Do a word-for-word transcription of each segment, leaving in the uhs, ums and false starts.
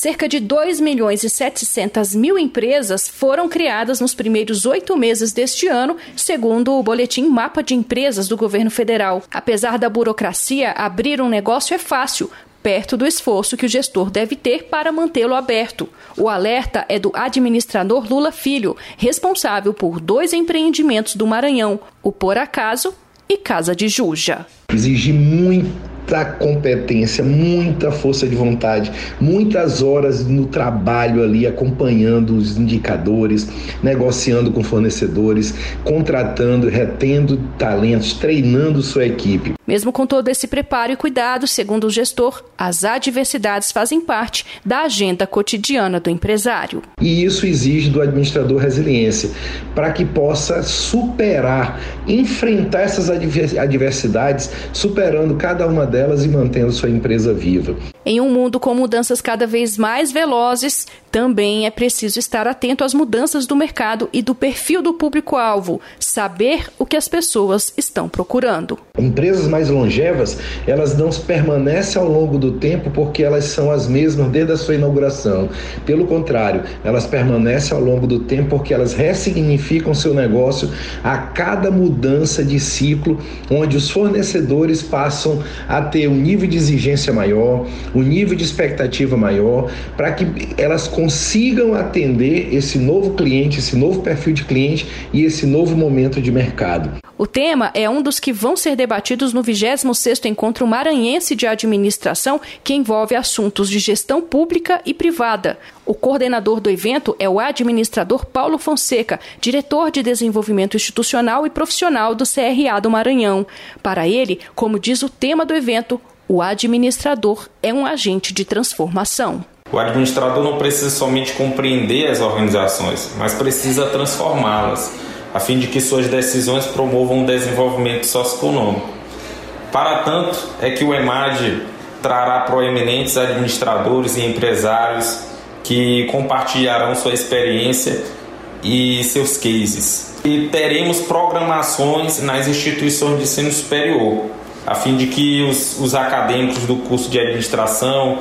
Cerca de dois milhões e setecentas mil empresas foram criadas nos primeiros oito meses deste ano, segundo o boletim Mapa de Empresas do governo federal. Apesar da burocracia, abrir um negócio é fácil, perto do esforço que o gestor deve ter para mantê-lo aberto. O alerta é do administrador Lula Filho, responsável por dois empreendimentos do Maranhão, o Por Acaso e Casa de Juja. Exige muita competência, muita força de vontade, muitas horas no trabalho ali, acompanhando os indicadores, negociando com fornecedores, contratando, retendo talentos, treinando sua equipe. Mesmo com todo esse preparo e cuidado, segundo o gestor, as adversidades fazem parte da agenda cotidiana do empresário. E isso exige do administrador resiliência, para que possa superar, enfrentar essas adversidades, superando cada uma delas e mantendo sua empresa viva. Em um mundo com mudanças cada vez mais velozes, também é preciso estar atento às mudanças do mercado e do perfil do público-alvo, saber o que as pessoas estão procurando. Empresas mais longevas, elas não permanecem ao longo do tempo porque elas são as mesmas desde a sua inauguração. Pelo contrário, elas permanecem ao longo do tempo porque elas ressignificam seu negócio a cada mudança de ciclo, onde os fornecedores passam a ter um nível de exigência maior, um nível de expectativa maior, para que elas consigam atender esse novo cliente, esse novo perfil de cliente e esse novo momento de mercado. O tema é um dos que vão ser debatidos no vigésimo sexto Encontro Maranhense de Administração, que envolve assuntos de gestão pública e privada. O coordenador do evento é o administrador Paulo Fonseca, diretor de Desenvolvimento Institucional e Profissional do C R A do Maranhão. Para ele, como diz o tema do evento, o administrador é um agente de transformação. O administrador não precisa somente compreender as organizações, mas precisa transformá-las, a fim de que suas decisões promovam o desenvolvimento socioeconômico. Para tanto, é que o EMAD trará proeminentes administradores e empresários que compartilharão sua experiência e seus cases. E teremos programações nas instituições de ensino superior, a fim de que os, os acadêmicos do curso de administração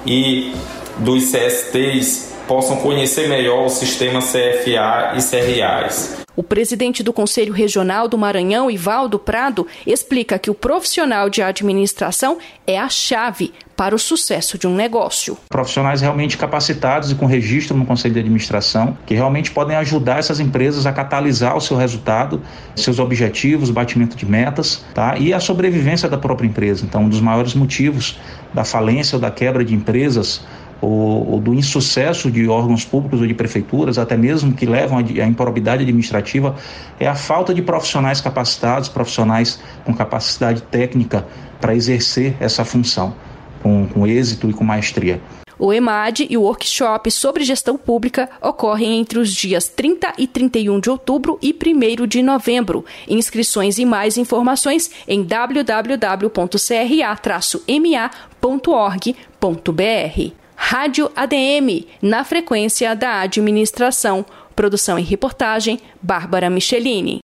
e dos C S Ts possam conhecer melhor o sistema C F A e C R As. O presidente do Conselho Regional do Maranhão, Ivaldo Prado, explica que o profissional de administração é a chave para o sucesso de um negócio. Profissionais realmente capacitados e com registro no Conselho de Administração, que realmente podem ajudar essas empresas a catalisar o seu resultado, seus objetivos, o batimento de metas, tá? E a sobrevivência da própria empresa. Então, um dos maiores motivos da falência ou da quebra de empresas ou, ou do insucesso de órgãos públicos ou de prefeituras, até mesmo que levam à improbidade administrativa, é a falta de profissionais capacitados, profissionais com capacidade técnica para exercer essa função com, com êxito e com maestria. O EMAD e o workshop sobre gestão pública ocorrem entre os dias trinta e trinta e um de outubro e primeiro de novembro. Inscrições e mais informações em w w w ponto c r a traço m a ponto org ponto b r. Rádio A D M, na frequência da administração. Produção e reportagem, Bárbara Michelini.